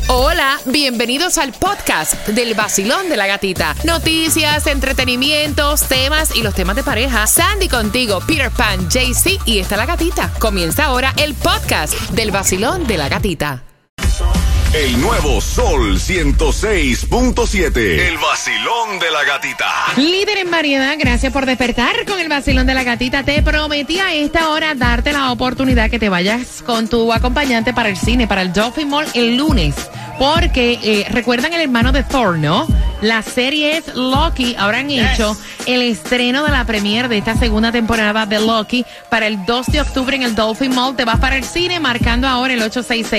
Hola, bienvenidos al podcast del Vacilón de la Gatita. Noticias, entretenimientos, temas y los temas de pareja. Sandy contigo, Peter Pan, JC y está la gatita. Comienza ahora el podcast del Vacilón de la Gatita. El nuevo Sol 106.7. El vacilón de la gatita. Líder en variedad, gracias por despertar con el vacilón de la gatita. Te prometí a esta hora darte la oportunidad que te vayas con tu acompañante para el cine, para el Dolphin Mall el lunes. Porque recuerdan el hermano de Thor, ¿no? La serie es Loki. Ahora han hecho el estreno de la premiere de esta segunda temporada de Loki para el 2 de octubre en el Dolphin Mall. Te vas para el cine marcando ahora el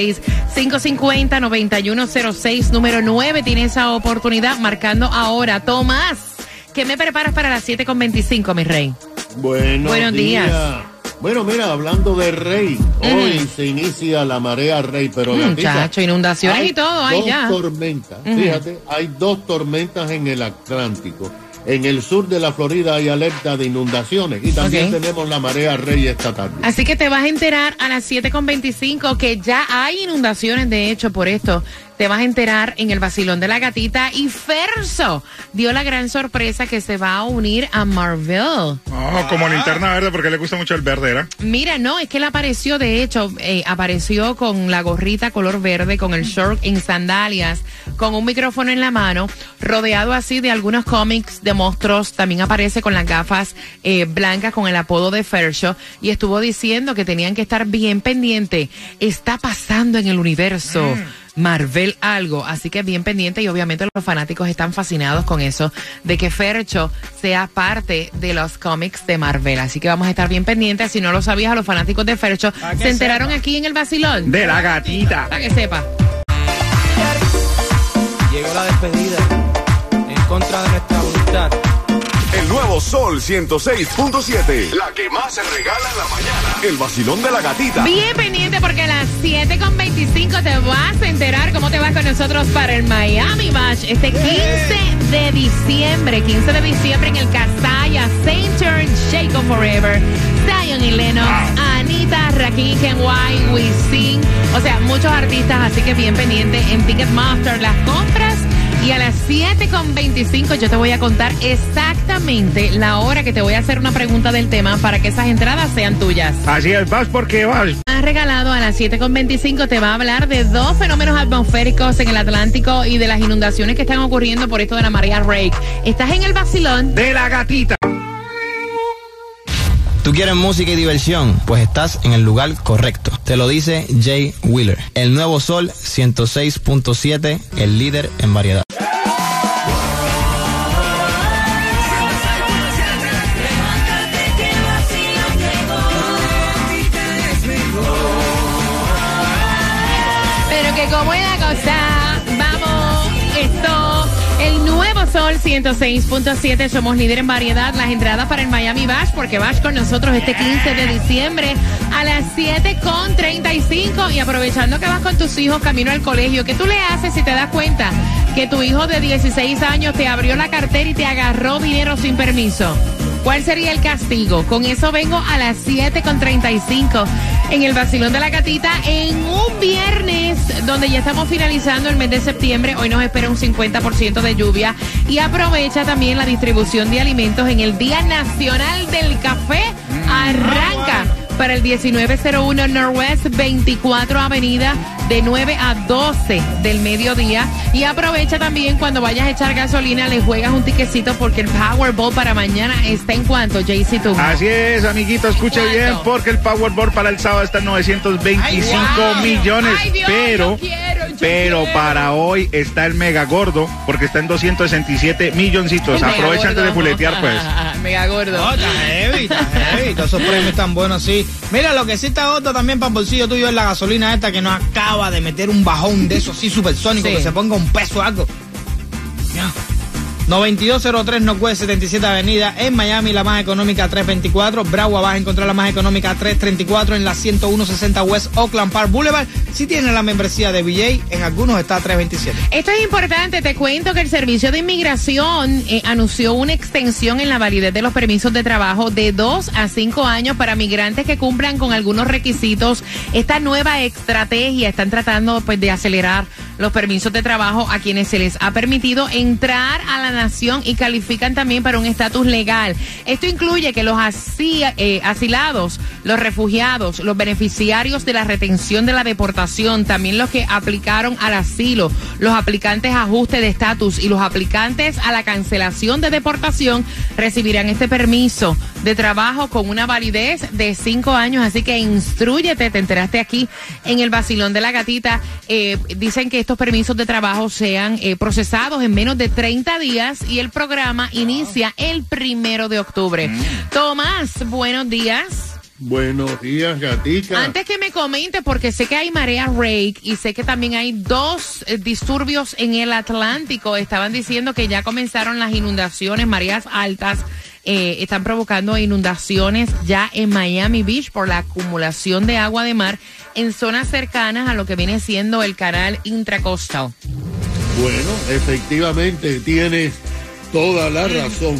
866-550-9106, número 9. Tienes esa oportunidad marcando ahora. Tomás, ¿qué me preparas para las 7:25, mi rey? Buenos días. Bueno, mira, hablando de Rey, hoy se inicia la marea Rey, pero muchacho, inundaciones y todo, ahí ya. Tormentas, fíjate, hay 2 tormentas en el Atlántico. En el sur de la Florida hay alerta de inundaciones y también tenemos la marea Rey esta tarde. Así que te vas a enterar a las 7:25 que ya hay inundaciones, de hecho, por esto. Te vas a enterar en el vacilón de la gatita. Y Ferso dio la gran sorpresa que se va a unir a Marvel. Como linterna verde, porque le gusta mucho el verde, ¿verdad? Mira, no, es que él apareció, de hecho, apareció con la gorrita color verde, con el short en sandalias, con un micrófono en la mano, rodeado así de algunos cómics de monstruos. También aparece con las gafas blancas con el apodo de Ferso. Y estuvo diciendo que tenían que estar bien pendientes. Está pasando en el universo Marvel algo, así que bien pendiente, y obviamente los fanáticos están fascinados con eso, de que Fercho sea parte de los cómics de Marvel, así que vamos a estar bien pendientes. Si no lo sabías, a los fanáticos de Fercho se enteraron aquí en el vacilón de la gatita, para que sepa. Llegó la despedida en contra de nuestra voluntad. El nuevo Sol 106.7. La que más se regala en la mañana. El vacilón de la gatita. Bien pendiente porque a las 7:25 te vas a enterar cómo te vas con nosotros para el Miami Bash este 15 de diciembre. 15 de diciembre en el Casaya, Saint Turn, Shake On Forever, Zion y Lennox, Anita, Rakim, Ken White, Wisin. O sea, muchos artistas, así que bien pendiente en Ticketmaster las compras. Y a las 7:25 yo te voy a contar exactamente la hora que te voy a hacer una pregunta del tema para que esas entradas sean tuyas. Así es, vas porque vas. Has regalado a las 7:25, te va a hablar de 2 fenómenos atmosféricos en el Atlántico y de las inundaciones que están ocurriendo por esto de la marea Rake. Estás en el vacilón de la gatita. ¿Tú quieres música y diversión? Pues estás en el lugar correcto. Te lo dice Jay Wheeler. El nuevo Sol 106.7, el líder en variedad. Pero que como es la cosa, vamos, esto, el nuevo Sol 106.7, somos líder en variedad. Las entradas para el Miami Bash, porque vas con nosotros este 15 de diciembre a las 7:35. Y aprovechando que vas con tus hijos camino al colegio, ¿qué tú le haces si te das cuenta que tu hijo de 16 años te abrió la cartera y te agarró dinero sin permiso? ¿Cuál sería el castigo? Con eso vengo a las 7:35 en el vacilón de la gatita, en un viernes donde ya estamos finalizando el mes de septiembre. Hoy nos espera un 50% de lluvia, y aprovecha también la distribución de alimentos en el Día Nacional del Café. Arranca para el 1901 Northwest 24 Avenida de 9 a 12 del mediodía. Y aprovecha también cuando vayas a echar gasolina, le juegas un tiquecito porque el Powerball para mañana está en cuánto, JC, tú. Así es, amiguito, escuche bien, porque el Powerball para el sábado está en 925 millones. Ay, Dios, pero quiero. Para hoy está el mega gordo, porque está en 267 milloncitos. Aprovecha antes de fuletear, pues. Mega gordo. No, está heavy. Todos esos premios están buenos, sí. Mira, lo que sí está otro también para el bolsillo tuyo es la gasolina esta que nos acaba de meter un bajón de esos así supersónico, que se ponga un peso o algo. Ya. 9203 Northwest 77 Avenida. En Miami, la más económica 324. Broward vas a encontrar la más económica 334 en la 10160 West Oakland Park Boulevard. Si tienes la membresía de VJ, en algunos está 327. Esto es importante, te cuento que el Servicio de Inmigración anunció una extensión en la validez de los permisos de trabajo de 2 a 5 años para migrantes que cumplan con algunos requisitos. Esta nueva estrategia están tratando pues de acelerar los permisos de trabajo a quienes se les ha permitido entrar a la nación y califican también para un estatus legal. Esto incluye que los asilados, los refugiados, los beneficiarios de la retención de la deportación, también los que aplicaron al asilo, los aplicantes a ajuste de estatus y los aplicantes a la cancelación de deportación recibirán este permiso de trabajo con una validez de 5 años. Así que instrúyete, te enteraste aquí en el Vacilón de la Gatita. Dicen que estos permisos de trabajo sean procesados en menos de 30 días y el programa inicia el 1 de octubre. Tomás, buenos días. Buenos días, Gatica. Antes que me comente, porque sé que hay marea rake y sé que también hay 2 disturbios en el Atlántico. Estaban diciendo que ya comenzaron las inundaciones, mareas altas. Están provocando inundaciones ya en Miami Beach por la acumulación de agua de mar en zonas cercanas a lo que viene siendo el canal Intracoastal. Bueno, efectivamente tienes toda la razón,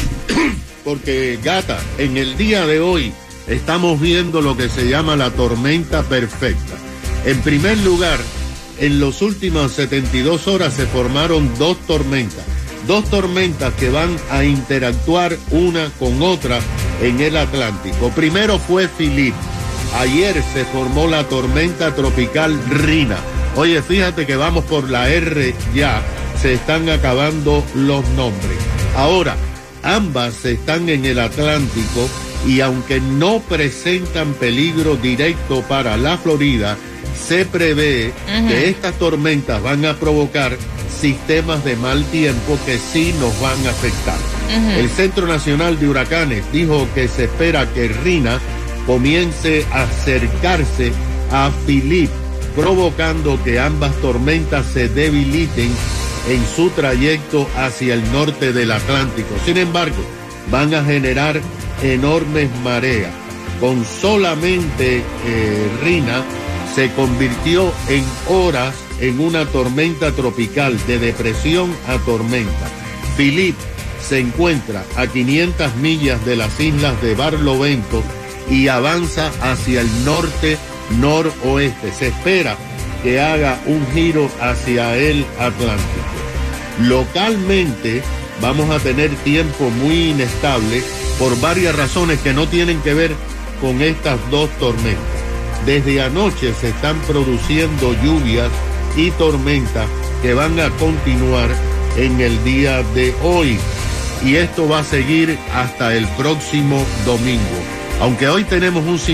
porque Gata, en el día de hoy estamos viendo lo que se llama la tormenta perfecta. En primer lugar, en las últimas 72 horas se formaron 2 tormentas. 2 tormentas que van a interactuar una con otra en el Atlántico. Primero fue Philip. Ayer se formó la tormenta tropical Rina. Oye, fíjate que vamos por la R ya. Se están acabando los nombres. Ahora, ambas están en el Atlántico y aunque no presentan peligro directo para la Florida, se prevé que estas tormentas van a provocar sistemas de mal tiempo que sí nos van a afectar. El Centro Nacional de Huracanes dijo que se espera que Rina comience a acercarse a Philip, provocando que ambas tormentas se debiliten en su trayecto hacia el norte del Atlántico. Sin embargo, van a generar enormes mareas. Con solamente Rina se convirtió en horas en una tormenta tropical, de depresión a tormenta. Philip se encuentra a 500 millas de las islas de Barlovento y avanza hacia el norte-noroeste. Se espera que haga un giro hacia el Atlántico. Localmente vamos a tener tiempo muy inestable por varias razones que no tienen que ver con estas 2 tormentas. Desde anoche se están produciendo lluvias y tormentas que van a continuar en el día de hoy. Y esto va a seguir hasta el próximo domingo. Aunque hoy tenemos un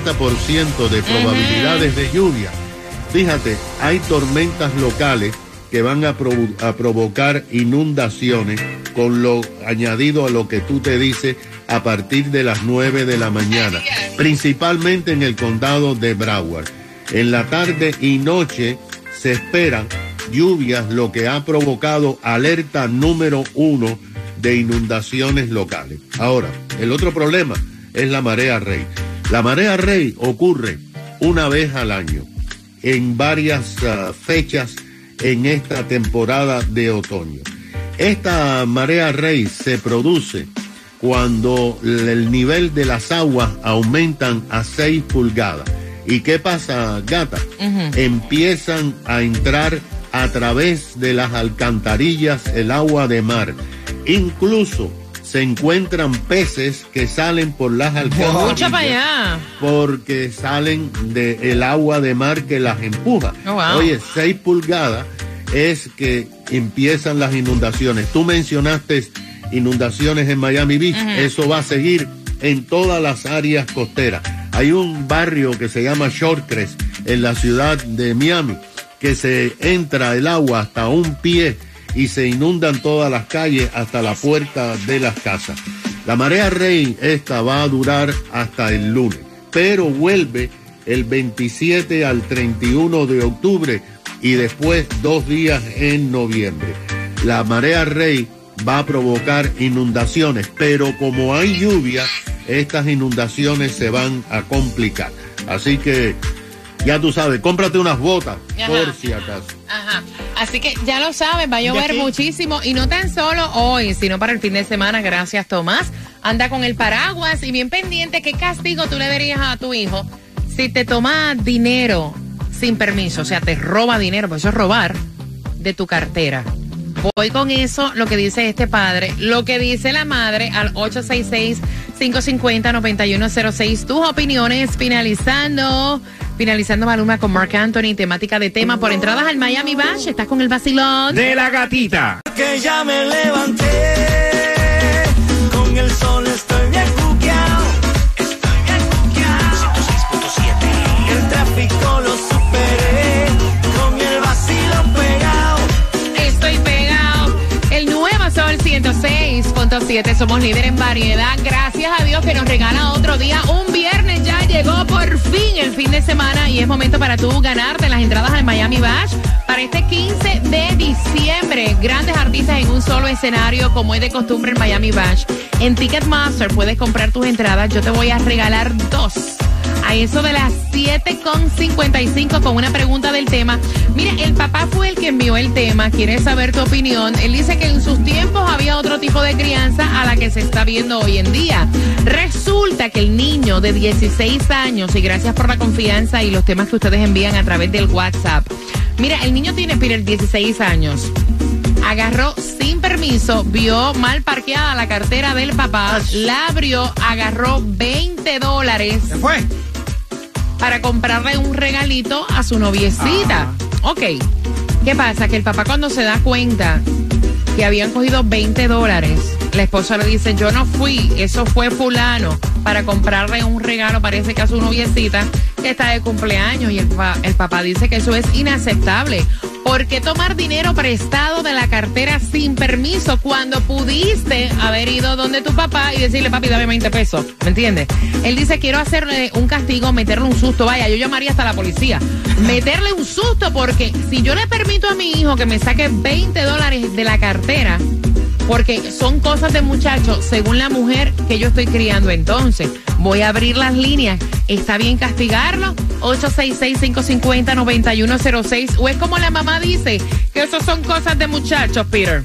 50% de probabilidades de lluvia, fíjate, hay tormentas locales que van a provocar inundaciones, con lo añadido a lo que tú te dices, a partir de las 9 de la mañana, principalmente en el condado de Broward. En la tarde y noche se esperan lluvias, lo que ha provocado alerta número 1 de inundaciones locales. Ahora, el otro problema es la marea rey. La marea rey ocurre una vez al año, en varias fechas en esta temporada de otoño. Esta marea rey se produce cuando el nivel de las aguas aumentan a 6 pulgadas. ¿Y qué pasa, Gata? Empiezan a entrar a través de las alcantarillas el agua de mar. Incluso se encuentran peces que salen por las alcantarillas. Mucha para allá. Porque salen del agua de mar que las empuja. Oh, wow. Oye, 6 pulgadas es que empiezan las inundaciones. Tú mencionaste inundaciones en Miami Beach. Eso va a seguir en todas las áreas costeras. Hay un barrio que se llama Shorecrest en la ciudad de Miami, que se entra el agua hasta un pie y se inundan todas las calles hasta la puerta de las casas. La marea rey esta va a durar hasta el lunes, pero vuelve el 27 al 31 de octubre y después 2 días en noviembre. La marea rey va a provocar inundaciones, pero como hay lluvia, estas inundaciones se van a complicar. Así que ya tú sabes, cómprate unas botas, por si acaso. Ajá. Así que ya lo sabes, va a llover muchísimo y no tan solo hoy, sino para el fin de semana. Gracias, Tomás. Anda con el paraguas y bien pendiente, ¿qué castigo tú le darías a tu hijo si te toma dinero sin permiso? O sea, te roba dinero, pues eso es robar de tu cartera. Voy con eso, lo que dice este padre, lo que dice la madre al 866-550-9106. Tus opiniones finalizando Maluma con Marc Anthony, temática de tema por entradas al Miami Bash. Estás con el vacilón de la gatita. Que ya me levanté, con el sol estoy bien cuqueado. Estoy bien cuqueado. 106.7. El tráfico lo superé, con el vacilón pegado. Estoy pegado. El nuevo Sol 106.7. Somos líder en variedad. Gracias a Dios que nos regala otro día. Un viernes ya llegó por fin el fin de semana y es momento para tú ganarte las entradas al Miami Bash para este 15 de diciembre. Grandes artistas en un solo escenario, como es de costumbre en Miami Bash. En Ticketmaster puedes comprar tus entradas. Yo te voy a regalar 2. A eso de las 7:55 con una pregunta del tema. Mira, el papá fue el que envió el tema, quiere saber tu opinión. Él dice que en sus tiempos había otro tipo de crianza a la que se está viendo hoy en día. Resulta que el niño de 16 años, y gracias por la confianza y los temas que ustedes envían a través del WhatsApp. Mira, el niño tiene, Peter, 16 años. Agarró sin permiso, vio mal parqueada la cartera del papá, la abrió, agarró $20. ¿Se fue? Para comprarle un regalito a su noviecita. Ok, ¿qué pasa? Que el papá cuando se da cuenta que habían cogido $20, la esposa le dice, yo no fui, eso fue fulano, para comprarle un regalo, parece que a su noviecita, que está de cumpleaños, y el papá dice que eso es inaceptable. ¿Por qué tomar dinero prestado de la cartera sin permiso cuando pudiste haber ido donde tu papá y decirle, papi, dame 20 pesos? ¿Me entiendes? Él dice, quiero hacerle un castigo, meterle un susto. Vaya, yo llamaría hasta la policía. Meterle un susto, porque si yo le permito a mi hijo que me saque $20 de la cartera, porque son cosas de muchachos, según la mujer que yo estoy criando, entonces voy a abrir las líneas. ¿Está bien castigarlo? 866-550-9106. ¿O es como la mamá dice, que eso son cosas de muchachos, Peter?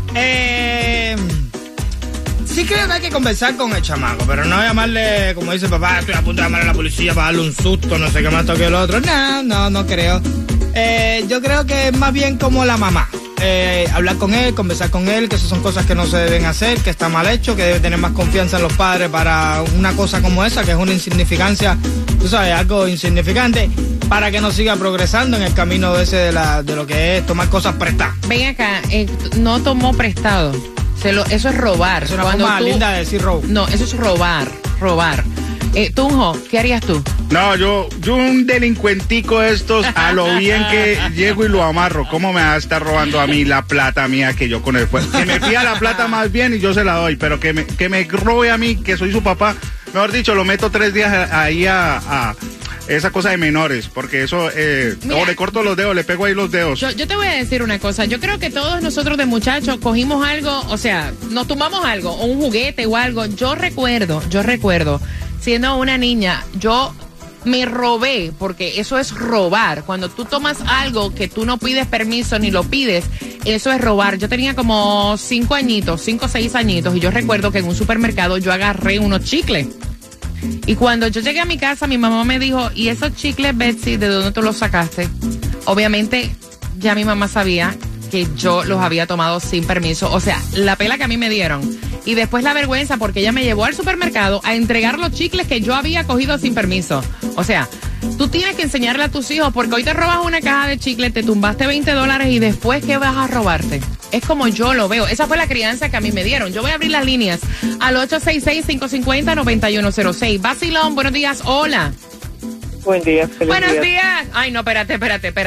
Sí creo que hay que conversar con el chamaco, pero no llamarle, como dice papá, estoy a punto de llamar a la policía para darle un susto, no sé qué más toque el otro. No creo. Yo creo que es más bien como la mamá. Hablar con él, conversar con él, que esas son cosas que no se deben hacer, que está mal hecho, que debe tener más confianza en los padres para una cosa como esa, que es una insignificancia, tú sabes, algo insignificante, para que no siga progresando en el camino ese de lo que es tomar cosas prestadas. Ven acá, no tomó prestado. Eso es robar. Es una forma linda de decir robo. No, eso es robar. Tunjo, ¿qué harías tú? No, yo un delincuentico de estos, a lo bien que llego y lo amarro. ¿Cómo me va a estar robando a mí la plata mía que yo con él fue? Que me pida la plata más bien y yo se la doy, pero que me robe a mí, que soy su papá. Mejor dicho, lo meto 3 días ahí a esa cosa de menores, porque eso, o le corto los dedos, le pego ahí los dedos. Yo te voy a decir una cosa, yo creo que todos nosotros de muchachos cogimos algo, o sea, nos tomamos algo, o un juguete o algo. Yo recuerdo, siendo una niña, yo me robé, porque eso es robar. Cuando tú tomas algo que tú no pides permiso ni lo pides, eso es robar. Yo tenía como 5 o 6 añitos, y yo recuerdo que en un supermercado yo agarré unos chicles. Y cuando yo llegué a mi casa, mi mamá me dijo, ¿y esos chicles, Betsy, de dónde tú los sacaste? Obviamente, ya mi mamá sabía que yo los había tomado sin permiso. O sea, la pela que a mí me dieron. Y después la vergüenza, porque ella me llevó al supermercado a entregar los chicles que yo había cogido sin permiso. O sea, tú tienes que enseñarle a tus hijos, porque hoy te robas una caja de chicles, te tumbaste $20 y después, ¿qué vas a robarte? Es como yo lo veo. Esa fue la crianza que a mí me dieron. Yo voy a abrir las líneas al 866-550-9106. Vacilón, buenos días, hola. Buen día. Buenos días. Ay, no, espérate,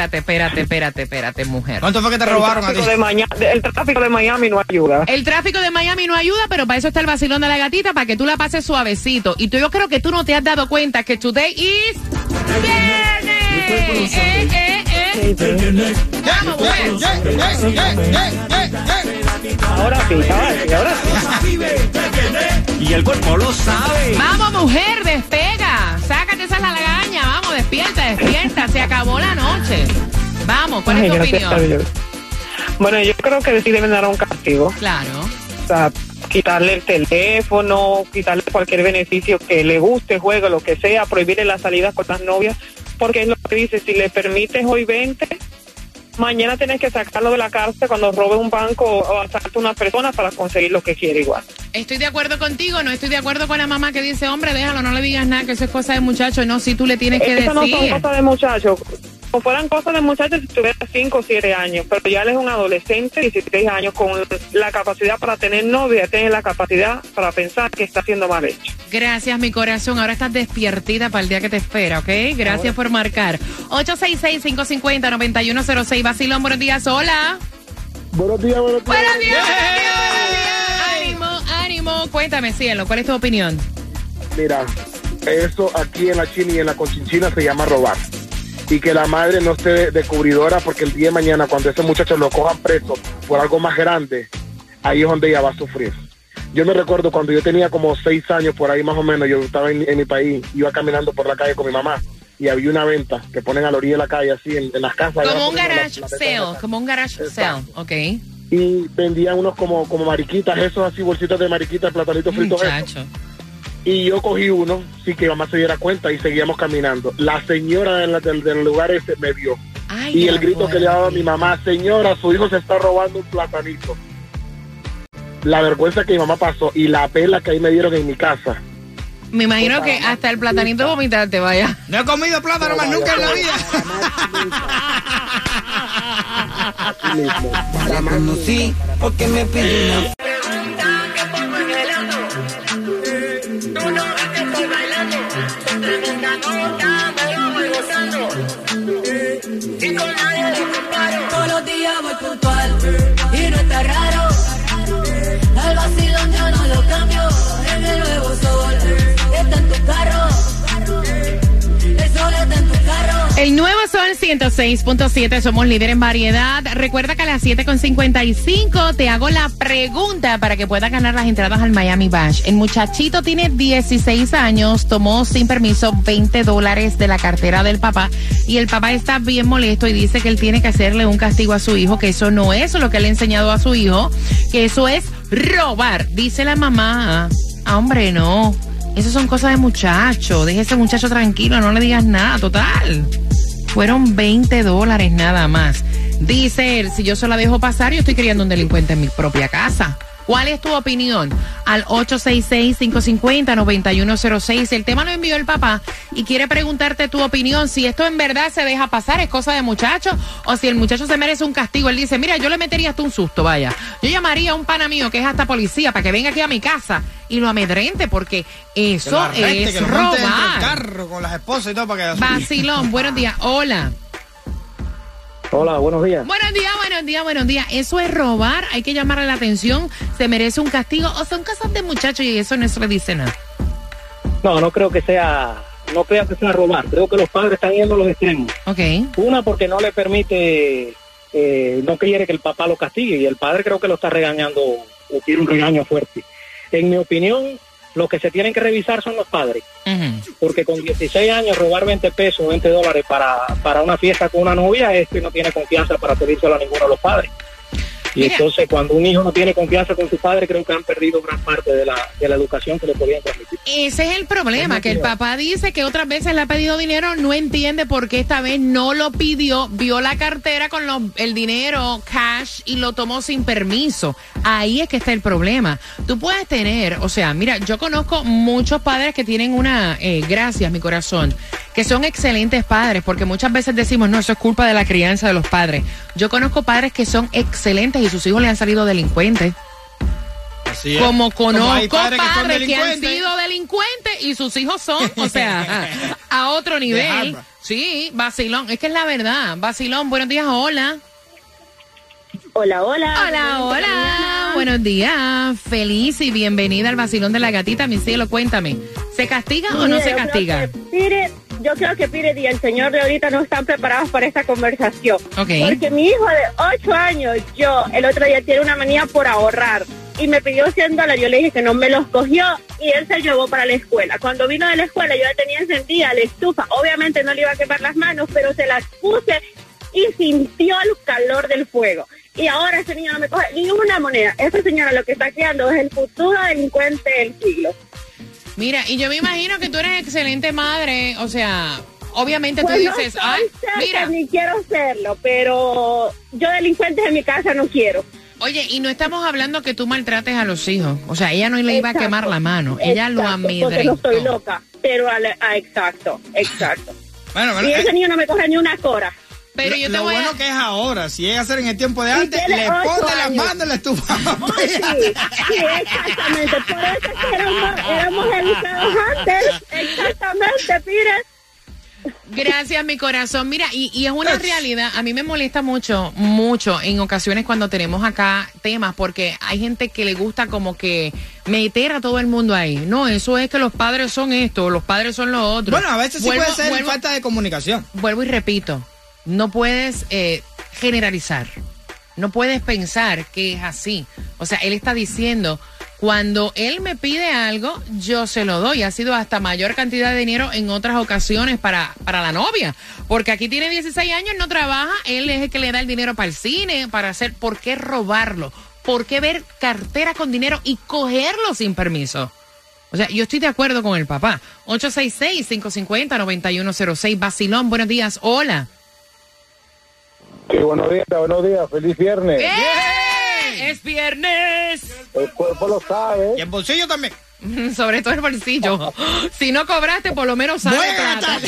mujer. ¿Cuánto fue que te robaron a ti? El tráfico de Miami no ayuda. El tráfico de Miami no ayuda, pero para eso está el vacilón de la gatita, para que tú la pases suavecito. Y yo creo que tú no te has dado cuenta que today is viernes. Vamos, Ahora sí. Y el cuerpo lo sabe. Vamos, mujer, despega. Sácate esa lagaña. Vamos, despierta. Se acabó la noche. Vamos, ¿cuál es tu Gracias a opinión? Dios. Bueno, yo creo que sí deben dar un castigo. Claro. O sea, quitarle el teléfono, quitarle cualquier beneficio que le guste, juegue, lo que sea, prohibirle las salidas con las novias, porque es lo que dice, si le permites hoy 20, mañana tienes que sacarlo de la cárcel cuando robe un banco o asalte a una persona para conseguir lo que quiere igual. Estoy de acuerdo contigo, no estoy de acuerdo con la mamá que dice, hombre, déjalo, no le digas nada, que eso es cosa de muchacho. No, si tú le tienes que Eso no son decir. cosas de muchachos. Como fueran cosas de muchachos si tuviera 5 o 7 años, pero ya él es un adolescente, 16 años, con la capacidad para tener novia, tiene la capacidad para pensar que está haciendo mal hecho. Gracias, mi corazón. Ahora estás despiertita para el día que te espera, ¿ok? Gracias por marcar. 866-550-9106. Vacilón, buenos días. Hola. Buenos días. Buenos días. Ánimo. Cuéntame, cielo, ¿cuál es tu opinión? Mira, eso aquí en la China y en la Conchinchina se llama robar. Y que la madre no esté de cubridora, porque el día de mañana, cuando ese muchacho lo cojan preso por algo más grande, ahí es donde ella va a sufrir. Yo me recuerdo cuando yo tenía como 6 años, por ahí más o menos, yo estaba en mi país, iba caminando por la calle con mi mamá, y había una venta que ponen a la orilla de la calle, así, en las casas. Como un garage sale, como un garage sale, ok. Y vendían unos como mariquitas, esos así, bolsitas de mariquitas, platanitos fritos. Muchacho. Y yo cogí uno, sí, que mi mamá se diera cuenta, y seguíamos caminando. La señora del lugar ese me vio. Ay, Y el grito que le daba a mi mamá, señora, su hijo se está robando un platanito. La vergüenza que mi mamá pasó y la pela que ahí me dieron en mi casa. Me imagino que hasta el platanito vomitarte, vaya. No he comido plátano más nunca en la vida. Así mismo. La conocí porque me pidió una. Todos los días voy puntual y no está raro. Al vacilón yo no lo cambio. En el nuevo sol está en tu carro. El sol está en tu carro. El nuevo Sol 106.7, somos líder en variedad. Recuerda que a las 7:55 te hago la pregunta para que puedas ganar las entradas al Miami Bash. El muchachito tiene 16 años, tomó sin permiso $20 de la cartera del papá y el papá está bien molesto y dice que él tiene que hacerle un castigo a su hijo, que eso no es lo que le ha enseñado a su hijo, que eso es robar. Dice la mamá, hombre, no. Eso son cosas de muchacho. Deje ese muchacho tranquilo, no le digas nada, total. Fueron $20 nada más. Dice él, si yo se la dejo pasar, yo estoy criando un delincuente en mi propia casa. ¿Cuál es tu opinión? Al 866-550-9106. El tema lo envió el papá y quiere preguntarte tu opinión. Si esto en verdad se deja pasar, es cosa de muchacho, o si el muchacho se merece un castigo. Él dice, mira, yo le metería hasta un susto, vaya. Yo llamaría a un pana mío que es hasta policía para que venga aquí a mi casa y lo amedrente, porque eso es que lo monte dentro del robar. carro con las esposas y todo para que... Vacilón, buenos días. Hola. Hola, buenos días. Buenos días. Eso es robar, hay que llamarle la atención, se merece un castigo, o son cosas de muchachos y eso no se le dice nada. No creo que sea robar. Creo que los padres están yendo a los extremos. Ok. Una, porque no le permite, no quiere que el papá lo castigue, y el padre creo que lo está regañando o quiere un regaño fuerte. En mi opinión, los que se tienen que revisar son los padres. Porque con 16 años robar 20 pesos, $20 para una fiesta con una novia, no tiene confianza para pedírselo a ninguno de los padres. Y Mira, entonces cuando un hijo no tiene confianza con su padre, creo que han perdido gran parte de la educación que le podían transmitir. ese es el problema, que el papá dice que otras veces le ha pedido dinero, no entiende por qué esta vez no lo pidió, vio la cartera con el dinero cash y lo tomó sin permiso. Ahí es que está el problema. Tú puedes tener, o sea, mira, yo conozco muchos padres que tienen gracias, mi corazón, que son excelentes padres, porque muchas veces decimos, no, eso es culpa de la crianza de los padres. Yo conozco padres que son excelentes y sus hijos le han salido delincuentes. Así es. Como conozco hay padres padres que que han delincuentes. sido delincuentes y sus hijos son, o sea, a otro nivel. Sí, vacilón, es que es la verdad. Vacilón, buenos días, hola. Hola. Hola. Buenos días. Feliz y bienvenida al vacilón de la gatita, mi cielo. Cuéntame, ¿se castiga o no se castiga? Mire, yo creo que Pire y el señor de ahorita no están preparados para esta conversación. Okay. Porque mi hijo de 8 años, el otro día tiene una manía por ahorrar. Y me pidió $100, yo le dije que no me los cogió y él se llevó para la escuela. Cuando vino de la escuela yo ya tenía encendida la estufa. Obviamente no le iba a quemar las manos, pero se las puse y sintió el calor del fuego. Y ahora ese niño no me coge ni una moneda. Esa señora lo que está creando es el futuro delincuente del siglo. Mira, y yo me imagino que tú eres excelente madre, o sea, obviamente Pues tú no dices, soy ay, cerca, mira. ni quiero serlo, pero yo delincuentes en mi casa no quiero. Oye, y no estamos hablando que tú maltrates a los hijos. O sea, ella no le iba a quemar la mano. Ella lo amedrentó. Porque no estoy loca. Pero, exacto. Bueno, Y ese niño no me coge ni una cora. Pero yo te lo voy bueno a... que es ahora. Si llega a ser en el tiempo de Y antes, tiene le 8 pone las años. manos en la estufa. Sí, exactamente. Por eso es que éramos educados antes. Exactamente, Pire. Gracias, mi corazón. Mira, y es una realidad. A mí me molesta mucho en ocasiones cuando tenemos acá temas, porque hay gente que le gusta como que meter a todo el mundo ahí. No, eso es que los padres son esto, los padres son lo otro. Bueno, a veces sí puede ser falta de comunicación. Vuelvo y repito, no puedes generalizar. No puedes pensar que es así. O sea, él está diciendo... Cuando él me pide algo, yo se lo doy. Ha sido hasta mayor cantidad de dinero en otras ocasiones para la novia. Porque aquí tiene 16 años, no trabaja. Él es el que le da el dinero para el cine, para hacer... ¿Por qué robarlo? ¿Por qué ver cartera con dinero y cogerlo sin permiso? O sea, yo estoy de acuerdo con el papá. 866-550-9106. Vacilón, buenos días. Hola. Sí, buenos días. Feliz viernes. ¡Es viernes! El cuerpo lo sabe. Y el bolsillo también. Sobre todo el bolsillo. Si no cobraste, por lo menos sabe plata.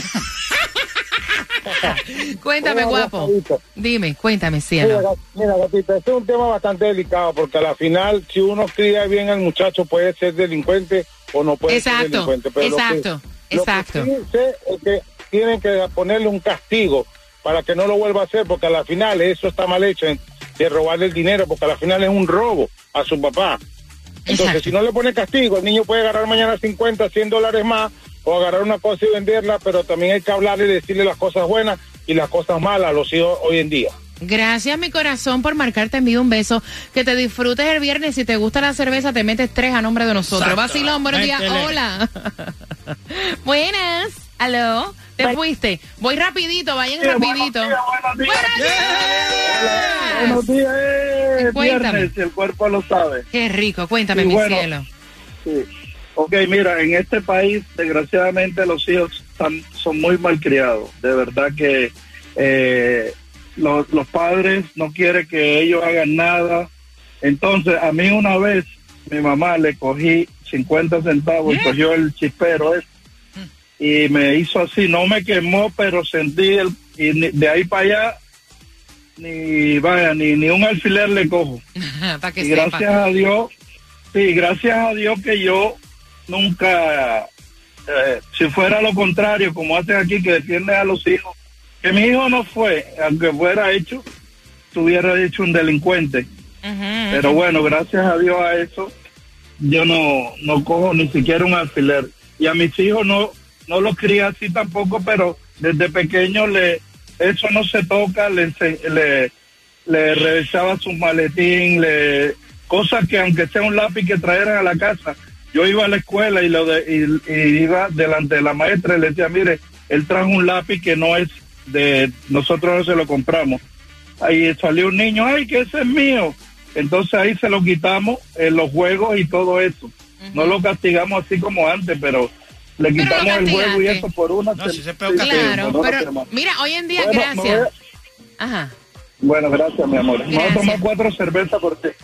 Cuéntame, guapo. Dime, cuéntame, cielo. Mira, gatita, este es un tema bastante delicado porque a la final, si uno cría bien al muchacho, puede ser delincuente o no puede ser delincuente. Pero exacto. Lo que sí sé es que tienen que ponerle un castigo para que no lo vuelva a hacer, porque a la final eso está mal hecho, de robarle el dinero, porque a la final es un robo a su papá. Entonces, si no le pone castigo, el niño puede agarrar mañana $50, $100 más, o agarrar una cosa y venderla, pero también hay que hablarle y decirle las cosas buenas y las cosas malas a los hijos hoy en día. Gracias, mi corazón, por marcar. Te envío un beso. Que te disfrutes el viernes. Si te gusta la cerveza, te metes 3 a nombre de nosotros. Vacilón, buenos días. Hola. Buenas. Aló. Te fuiste. Voy rapidito, vayan rapidito. Buenos días. Cuéntame. Viernes, el cuerpo lo sabe. Qué rico. Cuéntame, mi cielo. Sí. Ok, mira, en este país, desgraciadamente, los hijos son muy malcriados. De verdad que los padres no quieren que ellos hagan nada. Entonces, a mí una vez, mi mamá le cogí 50 centavos y cogió el chispero ese, y me hizo así, no me quemó, pero sentí y de ahí para allá, ni un alfiler le cojo. Que y gracias a Dios, que yo nunca, si fuera lo contrario, como hacen aquí, que defienden a los hijos, que mi hijo no fue, aunque estuviera hecho un delincuente. Pero bueno, gracias a Dios a eso, yo no cojo ni siquiera un alfiler. Y a mis hijos no los cría así tampoco, pero desde pequeño eso no se toca, le revisaba su maletín, cosas que aunque sea un lápiz que trajeran a la casa, yo iba a la escuela y iba delante de la maestra y le decía, mire, él trajo un lápiz que no es nosotros no se lo compramos. Ahí salió un niño, ay, que ese es mío. Entonces ahí se lo quitamos en los juegos y todo eso. No lo castigamos así como antes, pero le quitamos el juego y eso por una. Claro, pero mira, hoy en día, gracias. Ajá. Bueno, gracias, mi amor. Vamos a tomar 4 cervezas por ti.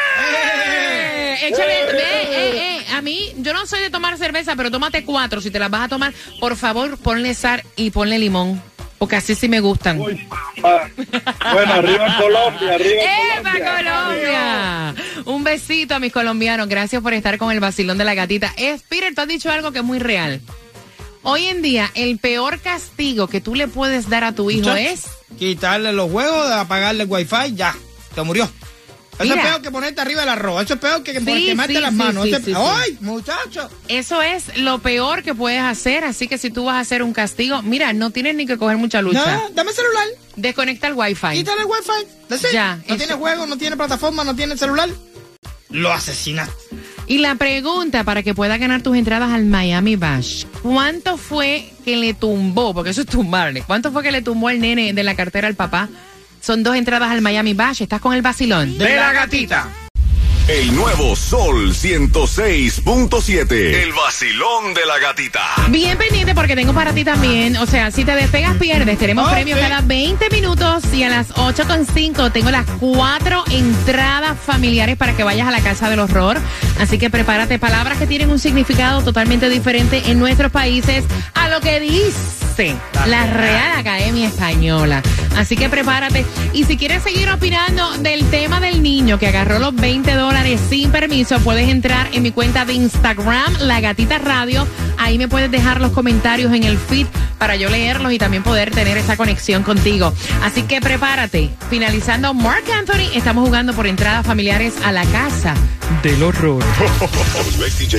Échale, a mí, yo no soy de tomar cerveza, pero tómate 4. Si te las vas a tomar, por favor, ponle sal y ponle limón. Porque así sí me gustan. Bueno, arriba Colombia, arriba Colombia. Un besito a mis colombianos. Gracias por estar con el vacilón de la gatita. Peter, tú has dicho algo que es muy real. Hoy en día, el peor castigo que tú le puedes dar a tu hijo es... quitarle los juegos, apagarle el wifi, ya, te murió. Eso es peor que ponerte arriba del arroz. Eso es peor que quemarte las manos. ¡Ay, muchacho! Eso es lo peor que puedes hacer. Así que si tú vas a hacer un castigo, mira, no tienes ni que coger mucha lucha. No, dame el celular. Desconecta el Wi-Fi. Quítale el Wi-Fi. Ya. No tiene juego, no tiene plataforma, no tiene celular. Lo asesinas. Y la pregunta para que puedas ganar tus entradas al Miami Bash, ¿cuánto fue que le tumbó? Porque eso es tumbarle. ¿Cuánto fue que le tumbó el nene de la cartera al papá? Son 2 entradas al Miami Bash. ¿Estás con el vacilón? De la gatita. El nuevo Sol 106.7. El vacilón de la gatita. Bien pendiente porque tengo para ti también. O sea, si te despegas, pierdes. Tenemos premios cada 20 minutos y a las 8:05 tengo las 4 entradas familiares para que vayas a la Casa del Horror. Así que prepárate. Palabras que tienen un significado totalmente diferente en nuestros países a lo que dice la Real Academia Española. Así que prepárate. Y si quieres seguir opinando del tema del niño que agarró los $20 sin permiso, puedes entrar en mi cuenta de Instagram, La Gatita Radio. Ahí me puedes dejar los comentarios en el feed para yo leerlos y también poder tener esa conexión contigo. Así que prepárate. Finalizando Marc Anthony, estamos jugando por entradas familiares a la Casa del Horror.